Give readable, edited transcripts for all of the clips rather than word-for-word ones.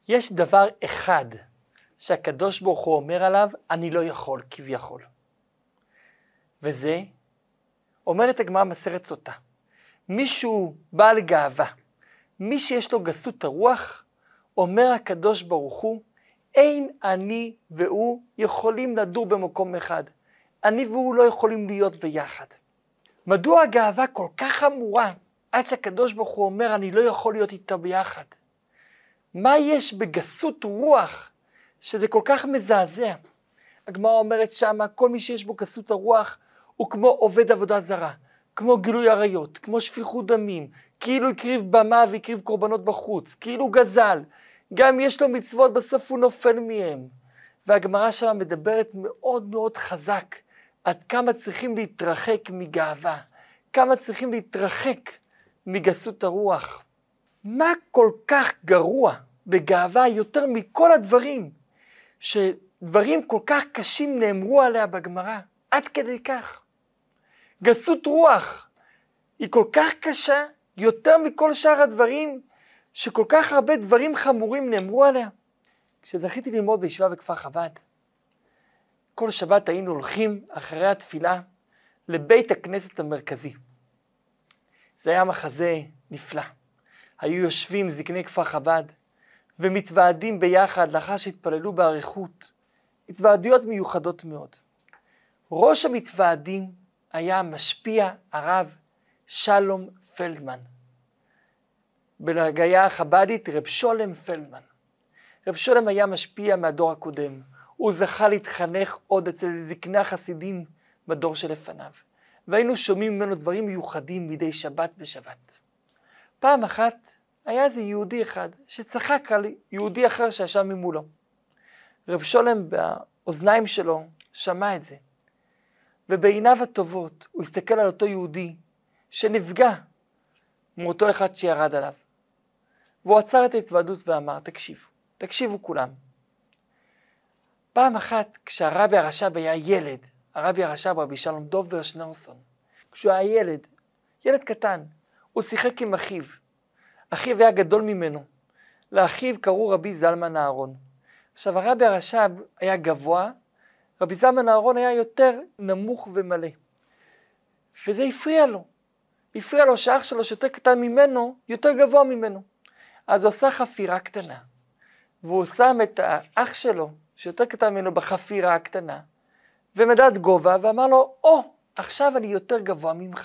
יש דבר אחד שהקדוש ברוך הוא אומר עליו, אני לא יכול, כביכול. וזה, אומרת הגמרא מסכת סוטה, מישהו בעל גאווה, מי שיש לו גסות הרוח, אומר הקדוש ברוך הוא, אין אני והוא יכולים לדור במקום אחד. אני והוא לא יכולים להיות ביחד. מדוע הגאווה כל כך חמורה, עד שהקדוש ברוך הוא אומר, אני לא יכול להיות איתה ביחד? מה יש בגסות רוח, שזה כל כך מזעזע? הגמרא אומרת שמה, כל מי שיש בו גסות הרוח, הוא כמו עובד עבודה זרה, כמו גילוי עריות, כמו שפיכות דמים, כאילו הקריב במה והקריב קורבנות בחוץ, כאילו גזל, גם יש לו מצוות, בסוף הוא נופל מהם. והגמרא שם מדברת מאוד מאוד חזק, עד כמה צריכים להתרחק מגאווה, כמה צריכים להתרחק מגסות הרוח. מה כל כך גרוע בגאווה יותר מכל הדברים, שדברים כל כך קשים נאמרו עליה בגמרא, עד כדי כך. גסות רוח היא כל כך קשה, יותר מכל שאר הדברים, שכל כך הרבה דברים חמורים נאמרו עליה. כשזכיתי ללמוד בישיבה בכפר חב"ד, כל שבת היינו הולכים אחרי התפילה לבית הכנסת המרכזי. זה היה מחזה נפלא. היו יושבים זקני כפר חב"ד ומתוועדים ביחד לאחר שהתפללו באריכות. התוועדויות מיוחדות מאוד. ראש המתוועדים היה משפיע הרב שלום פלדמן. בהגייה החב"דית רב שולם פלדמן. רב שולם היה משפיע מהדור הקודם. הוא זכה להתחנך עוד אצל זקני החסידים בדור שלפניו. והיינו שומעים ממנו דברים מיוחדים מדי שבת בשבת. פעם אחת היה איזה יהודי אחד שצחק על יהודי אחר שישב ממולו. רב שולם באוזניים שלו שמע את זה. ובעיניו הטובות הוא הסתכל על אותו יהודי שנפגע מאותו אחד שירד עליו. והוא עצר את ההתוועדות ואמר, תקשיבו כולם. פעם אחת כשהרבי הרש"ב היה ילד, הרבי הרש"ב רבי שלום דובר שניאורסון, כשהוא היה ילד קטן, הוא שיחק עם אחיו. אחיו היה גדול ממנו. לאחיו קראו רבי זלמן אהרון. עכשיו הרבי הרש"ב היה גבוה, רבי זלמן אהרון היה יותר נמוך ומלא. וזה הפריע לו. הפריע לו שאח שלו שיותר קטן ממנו, יותר גבוה ממנו. אז הוא עשה חפירה קטנה. והוא שם את האח שלו, שיותר קטן ממנו, בחפירה הקטנה. ומדד גובה ואמר לו, עכשיו אני יותר גבוה ממך.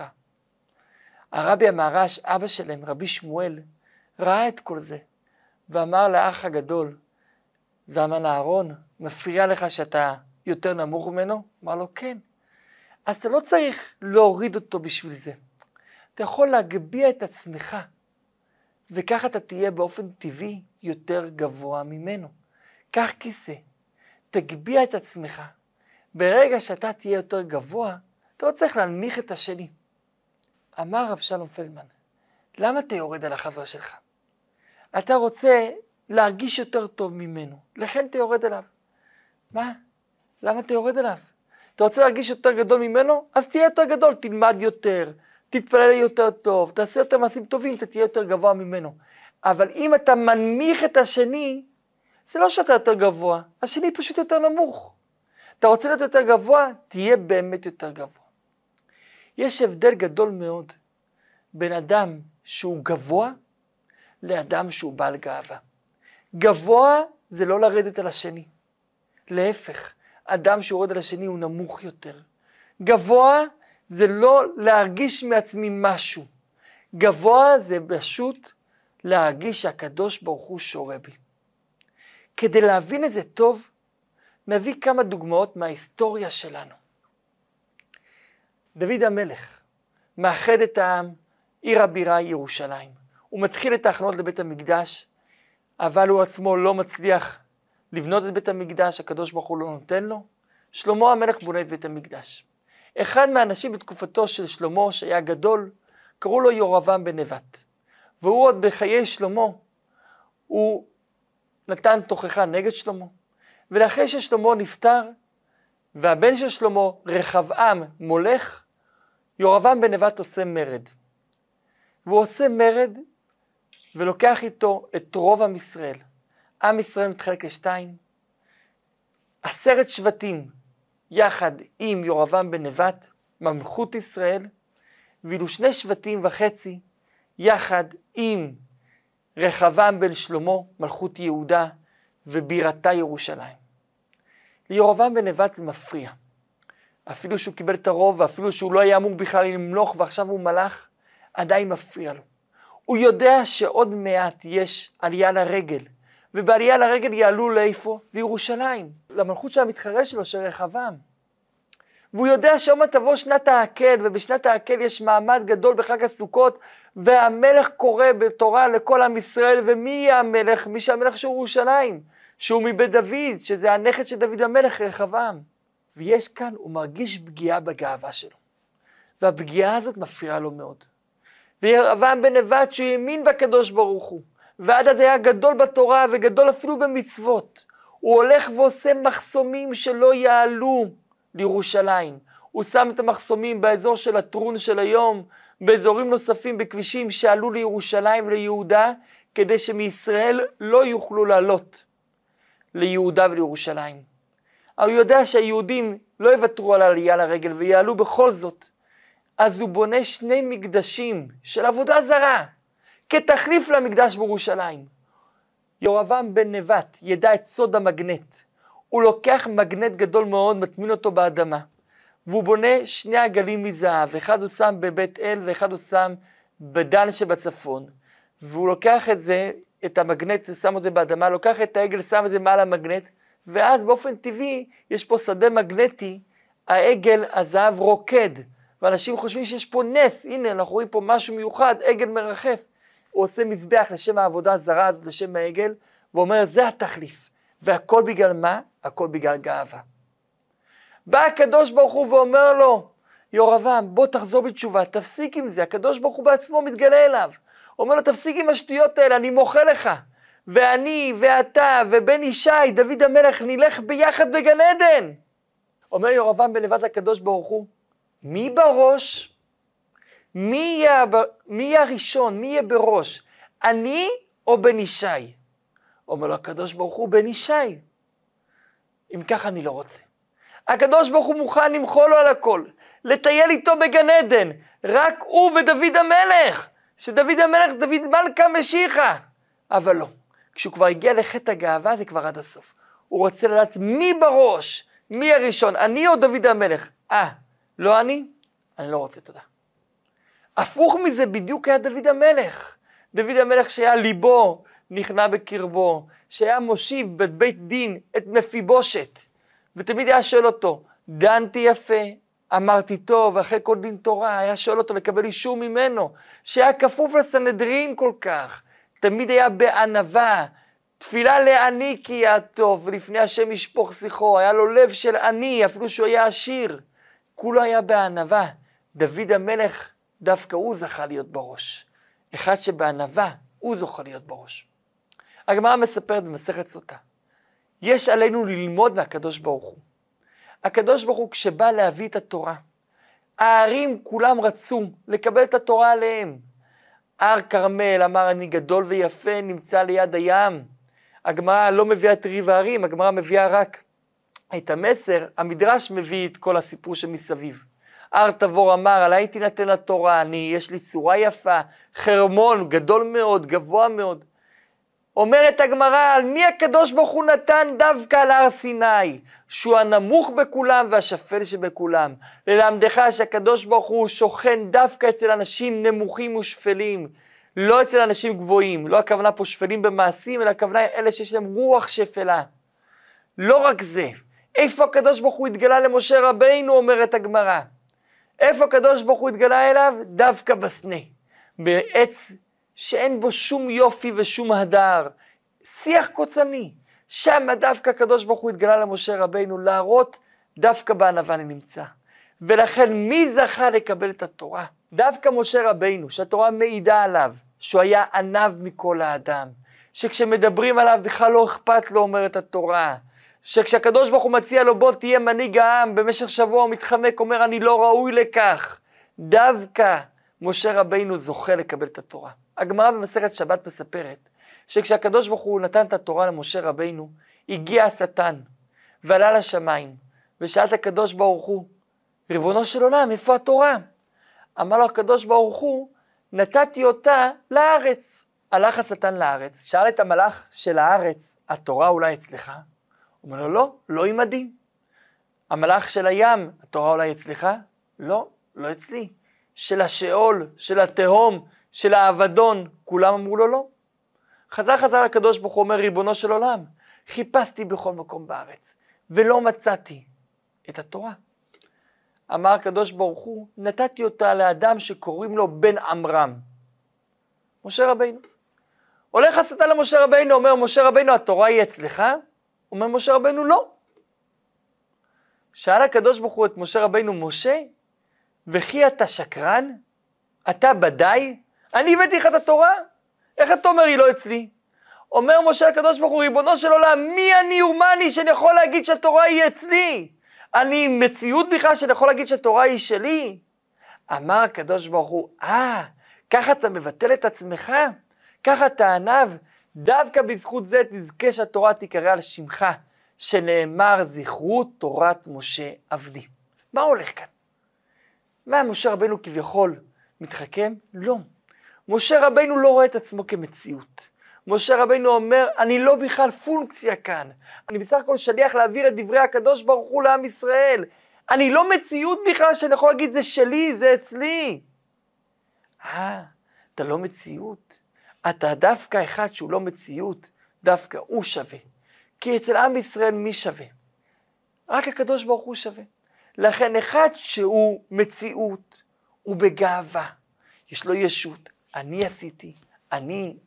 הרבי המהר"ש, אבא שלהם, רבי שמואל, ראה את כל זה. ואמר לאח הגדול, זלמן אהרון, מפריע לך שאתה יותר נמוך ממנו? אמר לו, כן. אז אתה לא צריך להוריד אותו בשביל זה. אתה יכול להגביה את עצמך, וככה אתה תהיה באופן טבעי יותר גבוה ממנו. קח כיסא, תגביה את עצמך. ברגע שאתה תהיה יותר גבוה, אתה לא צריך להנמיך את השני. אמר רב שלום פלדמן, למה אתה יורד על החבר שלך? אתה רוצה להרגיש יותר טוב ממנו, לכן אתה יורד עליו. מה? למה אתה יורד עליו? אתה רוצה להרגיש יותר גדול ממנו? אז תהיה יותר גדול, תלמד יותר, תתפלל יותר טוב, תעשה יותר מעשים טובים, אתה תהיה יותר גבוה ממנו. אבל אם אתה מנמיך את השני, זה לא שאתה יותר גבוה, השני פשוט יותר נמוך. אתה רוצה להיות יותר גבוה, תהיה באמת יותר גבוה. יש הבדל גדול מאוד בין אדם שהוא גבוה לאדם שהוא בעל גאווה. גבוה זה לא לרדת על השני. להפך, אדם שיורד על השני הוא נמוך יותר. גבוה זה לא להרגיש מעצמי משהו. גבוה זה פשוט להרגיש שהקדוש ברוך הוא שורה בי. כדי להבין את זה טוב, נביא כמה דוגמאות מההיסטוריה שלנו. דוד המלך מאחד את העם, עיר הבירה ירושלים. הוא מתחיל את ההכנות לבית המקדש, אבל הוא עצמו לא מצליח לבנות את בית המקדש, הקדוש ברוך הוא לא נותן לו. שלמה המלך בונה את בית המקדש. אחד מהאנשים בתקופתו של שלמה שהיה גדול, קראו לו ירבעם בן נבט. והוא עוד בחיי שלמה, הוא נתן תוכחה נגד שלמה. ולאחרי ששלמה נפטר, והבן של שלמה רחבעם מולך, ירבעם בן נבט עושה מרד. והוא עושה מרד ולוקח איתו את רוב עם ישראל. עם ישראל מתחלק לשתיים, 10 שבטים יחד עם ירבעם בן נבט, ממלכות ישראל, ואילו 2.5 שבטים יחד עם רחבעם בן שלמה, מלכות יהודה ובירתה ירושלים. לירבעם בן נבט זה מפריע. אפילו שהוא קיבל את הרוב, ואפילו שהוא לא היה אמור בכלל למלוך ועכשיו הוא מלך, עדיין מפריע לו. הוא יודע שעוד מעט יש עלייה לרגל, ובעלייה לרגל יעלו לאיפה? לירושלים, למלכות של המתחרה שלו, של רחבעם. והוא יודע שעוד תבוא שנת העקל, ובשנת העקל יש מעמד גדול בחג הסוכות, והמלך קורא בתורה לכל עם ישראל, ומי יהיה המלך? מי שהמלך של ירושלים, שהוא מבית דוד, שזה הנכד של דוד המלך, רחבעם. ויש כאן, הוא מרגיש פגיעה בגאווה שלו, והפגיעה הזאת מפריעה לו מאוד. וירבעם בן נבט שהוא האמין בקדוש ברוך הוא, ועד אז היה גדול בתורה וגדול אפילו במצוות, הוא הולך ועושה מחסומים שלא יעלו לירושלים. הוא שם את המחסומים באזור של הטרון של היום, באזורים נוספים בכבישים שעלו לירושלים וליהודה, כדי שמישראל לא יוכלו לעלות ליהודה ולירושלים. אבל הוא יודע שהיהודים לא יוותרו על העלייה לרגל ויעלו בכל זאת. אז הוא בונה 2 מקדשים של עבודה זרה, כתחליף למקדש בירושלים. ירבעם בן נבט ידע את סוד המגנט. הוא לוקח מגנט גדול מאוד, מטמין אותו באדמה, והוא בונה 2 עגלים מזהב, אחד הוא שם בבית אל ואחד הוא שם בדן שבצפון. והוא לוקח את זה, את המגנט, שם את זה באדמה, לוקח את העגל, שם את זה מעל המגנט, ואז באופן טבעי יש פה שדה מגנטי, העגל הזהב רוקד, ואנשים חושבים שיש פה נס, הנה אנחנו רואים פה משהו מיוחד, עגל מרחף. הוא עושה מזבח לשם העבודה הזרה הזאת, לשם העגל, ואומר זה התחליף. והכל בגלל מה? הכל בגלל גאווה. בא הקדוש ברוך הוא ואומר לו, ירבעם, בוא תחזור בתשובה, תפסיק עם זה. הקדוש ברוך הוא בעצמו מתגלה אליו. אומר לו, תפסיק עם השטויות האלה, אני מוחה לך. ואני ואתה ובן ישי, דוד המלך, נלך ביחד בגן עדן. אומר ירבעם בן נבט לקדוש ברוך הוא, מי בראש? מי יהיה הראשון? מי יהיה בראש? אני או בן ישי? אומר לו הקדוש ברוך הוא, בן ישי. אם כך אני לא רוצה. הקדוש ברוך הוא מוכן למחול לו על הכל, לטייל איתו בגן עדן, רק הוא ודוד המלך, שדוד המלך, דוד מלכה משיחה. אבל לא, כשהוא כבר הגיע לחטא הגאווה זה כבר עד הסוף. הוא רוצה לדעת מי בראש, מי הראשון, אני או דוד המלך? לא אני לא רוצה, תודה. הפוך מזה בדיוק היה דוד המלך. דוד המלך שהיה ליבו נכנע בקרבו, שהיה מושיב בבית דין את מפיבושת, ותמיד היה שואל אותו, דנתי יפה, אמרתי טוב, אחרי כל דין תורה, היה שואל אותו לקבל אישור ממנו, שהיה כפוף לסנהדרין כל כך, תמיד היה בענווה, תפילה לעני כי יהיה טוב, ולפני השם ישפוך שיחו, היה לו לב של עני, אפילו שהוא היה עשיר, כולו היה בענווה. דוד המלך, דווקא הוא זכה להיות בראש. אחד שבענווה, הוא זוכה להיות בראש. הגמרא מספרת במסכת סוטה, יש עלינו ללמוד מהקדוש ברוך הוא. הקדוש ברוך הוא כשבא להביא את התורה, הערים כולם רצו לקבל את התורה עליהם. הר כרמל אמר אני גדול ויפה, נמצא ליד הים. הגמרא לא מביאה את ריב הערים, הגמרא מביאה רק את המסר, המדרש מביא את כל הסיפור שמסביב. הר תבור אמר, עליי תינתן התורה, יש לי צורה יפה, חרמון גדול מאוד, גבוה מאוד. אומרת הגמרא, על מי הקדוש ברוך הוא נתן דווקא על הר סיני, שהוא הנמוך בכולם והשפל שבכולם. ללמדך שהקדוש ברוך הוא שוכן דווקא אצל אנשים נמוכים ושפלים, לא אצל אנשים גבוהים, לא הכוונה פה שפלים במעשים, אלא הכוונה אלה שיש להם רוח שפלה. לא רק זה, איפה הקדוש ברוך הוא התגלה למשה רבינו, אומרת הגמרא. איפה הקדוש ברוך הוא התגלה אליו? דווקא בסנה, בעץ שאין בו שום יופי ושום הדר, שיח קוצני. שם דווקא הקדוש ברוך הוא התגלה למשה רבינו, להראות דווקא בענווה אני נמצא. ולכן מי זכה לקבל את התורה? דווקא משה רבינו, שהתורה מעידה עליו, שהוא היה ענב מכל האדם, שכשמדברים עליו בכלל לא אכפת לו, אומרת התורה, שכשהקדוש ברוך הוא מציע לו בוא תהיה מנהיג העם, במשך שבוע הוא מתחמק, אומר אני לא ראוי לכך. דווקא משה רבינו זוכה לקבל את התורה. הגמרא במסכת שבת מספרת שכשהקדוש ברוך הוא נתן את התורה למשה רבינו, הגיע השטן ועלה לשמיים, ושאל את הקדוש ברוך הוא, ריבונו של עולם, איפה התורה? אמר לו הקדוש ברוך הוא, נתתי אותה לארץ. הלך השטן לארץ, שאל את המלאך של הארץ, התורה אולי אצלך? הוא אומר לו, לא, לא עמדי. המלאך של הים, התורה אולי אצלך? לא, לא אצלי. של השאול, של התהום, של האבדון, כולם אמרו לו לא. חזר הקדוש ברוך הוא אומר, ריבונו של עולם, חיפשתי בכל מקום בארץ, ולא מצאתי את התורה. אמר הקדוש ברוך הוא, נתתי אותה לאדם שקוראים לו בן עמרם. משה רבינו. הולך השטן למשה רבינו, אומר, משה רבינו, התורה היא אצלך? אומר משה רבינו, לא. שאל הקדוש ברוך הוא את משה רבינו, משה, וכי אתה שקרן? אתה בדי? אני הבאתי לך את התורה? איך אתה אומר, היא לא אצלי? אומר משה לקדוש ברוך הוא, ריבונו של עולם, מי אני ומה אני שאני יכול להגיד שהתורה היא אצלי? אני מציאות בכלל שאני יכול להגיד שהתורה היא שלי? אמר הקדוש ברוך הוא, ככה אתה מבטל את עצמך? ככה אתה ענב? דווקא בזכות זה תזכה שהתורה תיקרא על שמך, שנאמר זכרו תורת משה עבדי. מה הולך כאן? מה משה רבינו כביכול מתחכם? לא. משה רבינו לא רואה את עצמו כמציאות. משה רבינו אומר, אני לא בכלל פונקציה כאן. אני בסך הכל שליח להעביר את דברי הקדוש ברוך הוא לעם ישראל. אני לא מציאות בכלל שאני יכול להגיד זה שלי, זה אצלי. אתה לא מציאות? אתה דווקא אחד שהוא לא מציאות, דווקא הוא שווה. כי אצל עם ישראל מי שווה? רק הקדוש ברוך הוא שווה. לכן אחד שהוא מציאות, הוא בגאווה. יש לו ישות. אני עשיתי. אני.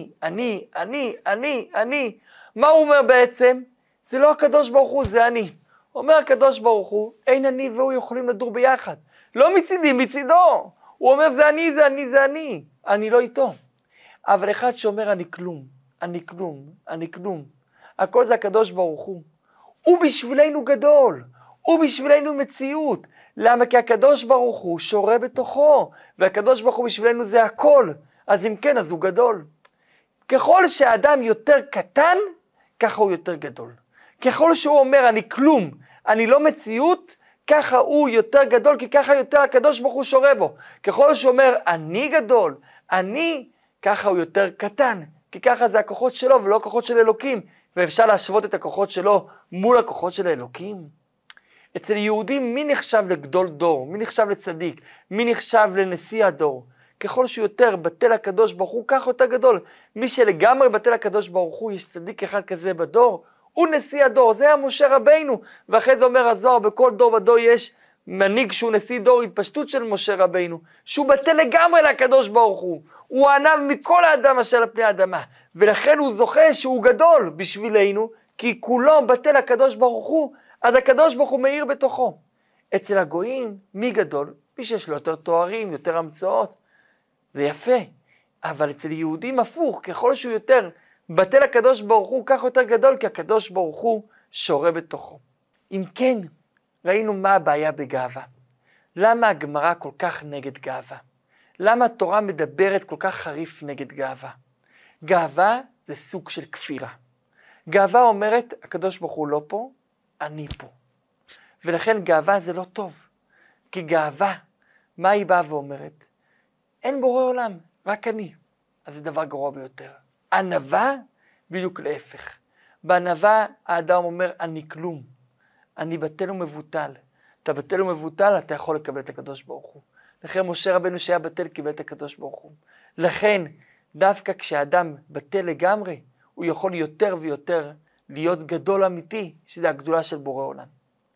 מה הוא אומר בעצם? זה לא הקדוש ברוך הוא, זה אני. אומר הקדוש ברוך הוא, אין אני והוא יכולים לדור ביחד. לא מצידי, מצידו. הוא אומר זה אני, זה אני, זה אני. אני לא איתו. אבל אחד שאומר אני כלום. הכל זה הקדוש ברוך הוא. הוא בשבילנו גדול. הוא בשבילנו מציאות. למה? כי הקדוש ברוך הוא שורה בתוכו. והקדוש ברוך הוא בשבילנו זה הכל. אז אם כן, אז הוא גדול. ככל שהאדם יותר קטן, ככה הוא יותר גדול. ככל שהוא אומר אני כלום, אני לא מציאות, ככה הוא יותר גדול, כי ככה יותר הקדוש ברוך הוא שורה בו. ככל שהוא אומר אני גדול, ככה הוא יותר קטן, כי ככה זה הכוחות שלו ולא הכוחות של אלוקים. ואפשר להשוות את הכוחות שלו מול הכוחות של האלוקים. אצל יהודים מי נחשב לגדול דור? מי נחשב לצדיק? מי נחשב לנשיא הדור? ככל שהוא יותר בטל הקדוש ברוך הוא, כך יותר גדול. מי שלגמרי בטל הקדוש ברוך הוא, יש צדיק אחד כזה בדור, הוא נשיא הדור, זה היה משה רבינו. ואחרי זה אומר הזוהר, בכל דור ודור יש מנהיג שהוא נשיא דור, התפשטות של משה רבינו, שהוא בטל לגמרי לקדוש ברוך הוא. הוא ענב מכל האדם אשר על פני האדמה, ולכן הוא זוכה שהוא גדול בשבילנו, כי כולו בטל הקדוש ברוך הוא, אז הקדוש ברוך הוא מאיר בתוכו. אצל הגויים, מי גדול? מי שיש לו יותר תוארים, יותר המצאות. זה יפה, אבל אצל יהודים הפוך, ככל שהוא יותר בטל הקדוש ברוך הוא, כך יותר גדול, כי הקדוש ברוך הוא שורה בתוכו. אם כן, ראינו מה הבעיה בגאווה. למה הגמרא כל כך נגד גאווה? למה התורה מדברת כל כך חריף נגד גאווה? גאווה זה סוג של כפירה. גאווה אומרת, הקדוש ברוך הוא לא פה, אני פה. ולכן גאווה זה לא טוב. כי גאווה, מה היא באה ואומרת? אין בורא עולם, רק אני. אז זה דבר גרוע ביותר. ענווה, בדיוק להפך. בענווה האדם אומר, אני כלום. אני בטל ומבוטל. אתה בטל ומבוטל, אתה יכול לקבל את הקדוש ברוך הוא. לכן משה רבנו שהיה בטל קיבל את הקדוש ברוך הוא. לכן, דווקא כשאדם בטל לגמרי, הוא יכול יותר ויותר להיות גדול אמיתי, שזה הגדולה של בורא עולם.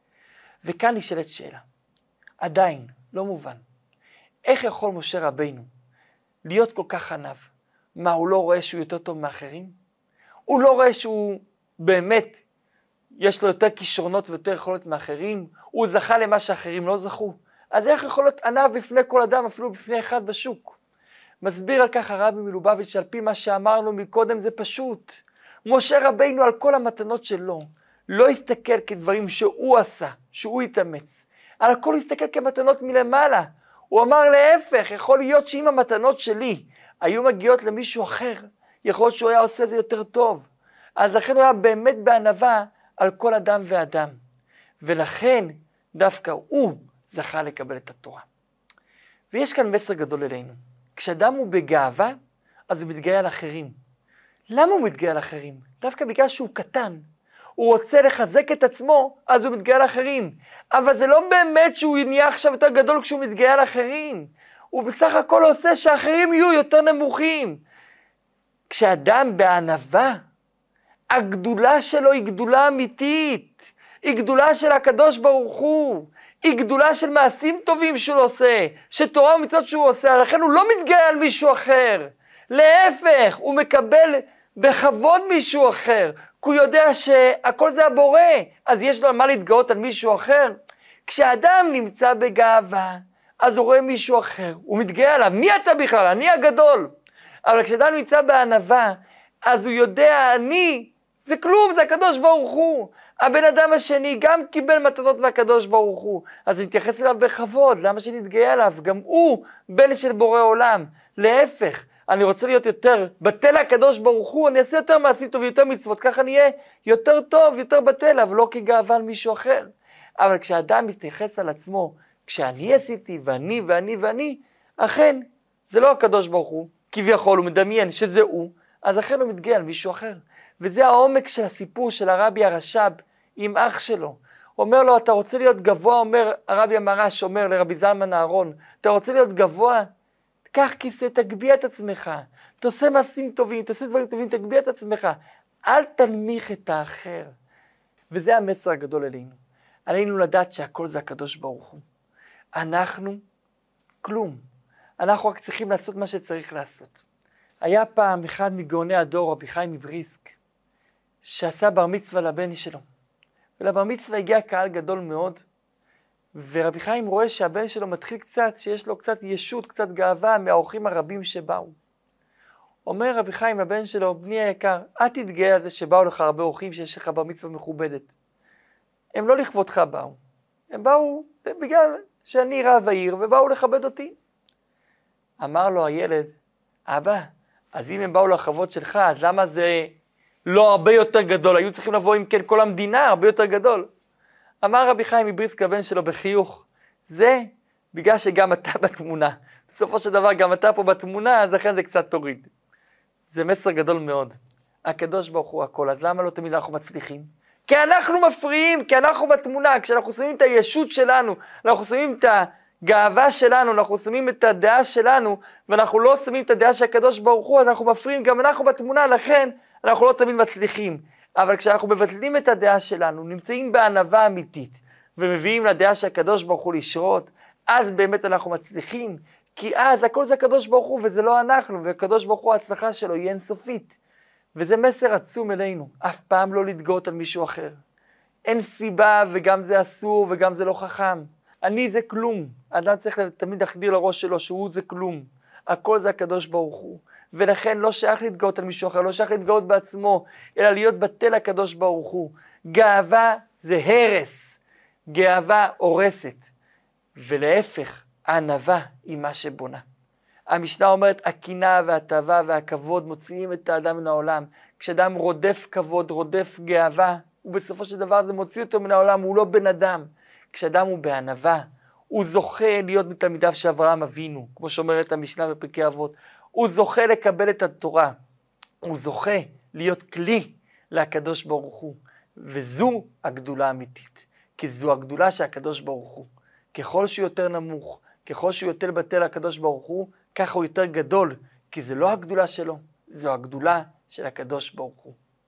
וכאן נשאלת שאלה. עדיין, לא מובן. איך יכול משה רבינו להיות כל כך ענב? מה, הוא לא רואה שהוא יותר טוב מאחרים? הוא לא רואה שהוא באמת, יש לו יותר כישרונות ויותר יכולות מאחרים? הוא זכה למה שאחרים לא זכו? אז איך יכול להיות ענב בפני כל אדם, אפילו בפני אחד בשוק? מסביר על כך הרבי מלובביץ' שעל פי מה שאמרנו מקודם זה פשוט. משה רבינו על כל המתנות שלו, לא הסתכל כדברים שהוא עשה, שהוא התאמץ. על הכל הסתכל כמתנות מלמעלה. הוא אמר להפך, יכול להיות שאם המתנות שלי היו מגיעות למישהו אחר, יכול להיות שהוא היה עושה זה יותר טוב. אז לכן הוא היה באמת בענווה על כל אדם ואדם. ולכן דווקא הוא זכה לקבל את התורה. ויש כאן מסר גדול אלינו. כשאדם הוא בגאווה, אז הוא מתגאה על אחרים. למה הוא מתגאה על אחרים? דווקא בגלל שהוא קטן. הוא רוצה לחזק את עצמו, אז הוא מתגאה על אחרים. אבל זה לא באמת שהוא נהיה עכשיו יותר גדול כשהוא מתגאה על אחרים. הוא בסך הכל עושה שאחרים יהיו יותר נמוכים. כשאדם בענווה, הגדולה שלו היא גדולה אמיתית. היא גדולה של הקדוש ברוך הוא. היא גדולה של מעשים טובים שהוא עושה, שתורה ומצוות שהוא עושה. לכן הוא לא מתגאה על מישהו אחר. להפך, הוא מקבל בכבוד מישהו אחר. כי הוא יודע שהכל זה הבורא, אז יש לו על מה להתגאות על מישהו אחר. כשאדם נמצא בגאווה, אז הוא רואה מישהו אחר, הוא מתגאה עליו, מי אתה בכלל? אני הגדול. אבל כשאדם נמצא בענווה, אז הוא יודע, אני, זה כלום, זה הקדוש ברוך הוא. הבן אדם השני גם קיבל מתנות מהקדוש ברוך הוא, אז נתייחס אליו בכבוד, למה שנתגאה עליו? גם הוא בן של בורא עולם. להפך, אני רוצה להיות יותר בטל הקדוש ברוך הוא, אני אעשה יותר מעשים טובים, יותר מצוות, ככה נהיה יותר טוב, יותר בטל, אבל לא כגאווה על מישהו אחר. אבל כשאדם מתייחס על עצמו, כשאני עשיתי ואני ואני ואני, אכן זה לא הקדוש ברוך הוא, כביכול הוא מדמיין שזה הוא, אז אכן הוא מתגאה על מישהו אחר. וזה העומק של הסיפור של הרבי הרש"ב עם אח שלו. אומר לו, אתה רוצה להיות גבוה, אומר הרבי המרש, אומר לרבי זלמן אהרון, אתה רוצה להיות גבוה? קח כיסא, תגביה את עצמך, תעשה מעשים טובים, תעשה דברים טובים, תגביה את עצמך, אל תנמיך את האחר. וזה המסר הגדול אלינו. עלינו לדעת שהכל זה הקדוש ברוך הוא. אנחנו כלום. אנחנו רק צריכים לעשות מה שצריך לעשות. היה פעם אחד מגאוני הדור, רבי חיים מבריסק, שעשה בר מצווה לבן שלו. ולבר מצווה הגיע קהל גדול מאוד, ורבי חיים רואה שהבן שלו מתחיל קצת, שיש לו קצת ישות, קצת גאווה מהאורחים הרבים שבאו. אומר רבי חיים לבן שלו, בני היקר, אל תתגאה על זה שבאו לך הרבה אורחים שיש לך בר מצווה מכובדת. הם לא לכבודך באו, הם באו בגלל שאני רב העיר ובאו לכבד אותי. אמר לו הילד, אבא, אז אם הם באו לכבוד שלך, אז למה זה לא הרבה יותר גדול? היו צריכים לבוא עם כן כל המדינה, הרבה יותר גדול. אמר רבי חיים מבריסק לבן שלו בחיוך, זה בגלל שגם אתה בתמונה. בסופו של דבר גם אתה פה בתמונה, אז לכן זה קצת תוריד. זה מסר גדול מאוד. הקדוש ברוך הוא הכל, אז למה לא תמיד אנחנו מצליחים? כי אנחנו מפריעים, כי אנחנו בתמונה, כשאנחנו שמים את הישות שלנו, אנחנו שמים את הגאווה שלנו, אנחנו שמים את הדעה שלנו, ואנחנו לא שמים את הדעה של הקדוש ברוך הוא, אז אנחנו מפריעים, גם אנחנו בתמונה, לכן אנחנו לא תמיד מצליחים. אבל כשאנחנו מבטלים את הדעה שלנו, נמצאים בענווה אמיתית, ומביאים לדעה של הקדוש ברוך הוא לשרות, אז באמת אנחנו מצליחים, כי אז הכל זה הקדוש ברוך הוא, וזה לא אנחנו, והקדוש ברוך הוא ההצלחה שלו היא אינסופית. וזה מסר עצום אלינו, אף פעם לא להתגאות על מישהו אחר. אין סיבה, וגם זה אסור, וגם זה לא חכם. אני זה כלום. אדם צריך תמיד להחדיר לראש שלו שהוא זה כלום. הכל זה הקדוש ברוך הוא. ולכן לא שייך להתגאות על מישהו אחר, לא שייך להתגאות בעצמו, אלא להיות בטל הקדוש ברוך הוא. גאווה זה הרס, גאווה הורסת. ולהפך, הענווה היא מה שבונה. המשנה אומרת, הקנאה והתאווה והכבוד מוציאים את האדם מן העולם. כשאדם רודף כבוד, רודף גאווה, ובסופו של דבר זה מוציא אותו מן העולם, הוא לא בן אדם. כשאדם הוא בענווה, הוא זוכה להיות מתלמידיו של אברהם אבינו, כמו שאומרת המשנה בפרקי אבות. הוא זוכה לקבל את התורה, הוא זוכה להיות כלי לקדוש ברוך הוא, וזו הגדולה האמיתית, כי זו הגדולה של הקדוש ברוך הוא. ככל שהוא יותר נמוך, ככל שהוא יותר בטל הקדוש ברוך הוא, ככה הוא יותר גדול, כי זה לא הגדולה שלו, זו הגדולה של הקדוש ברוך הוא.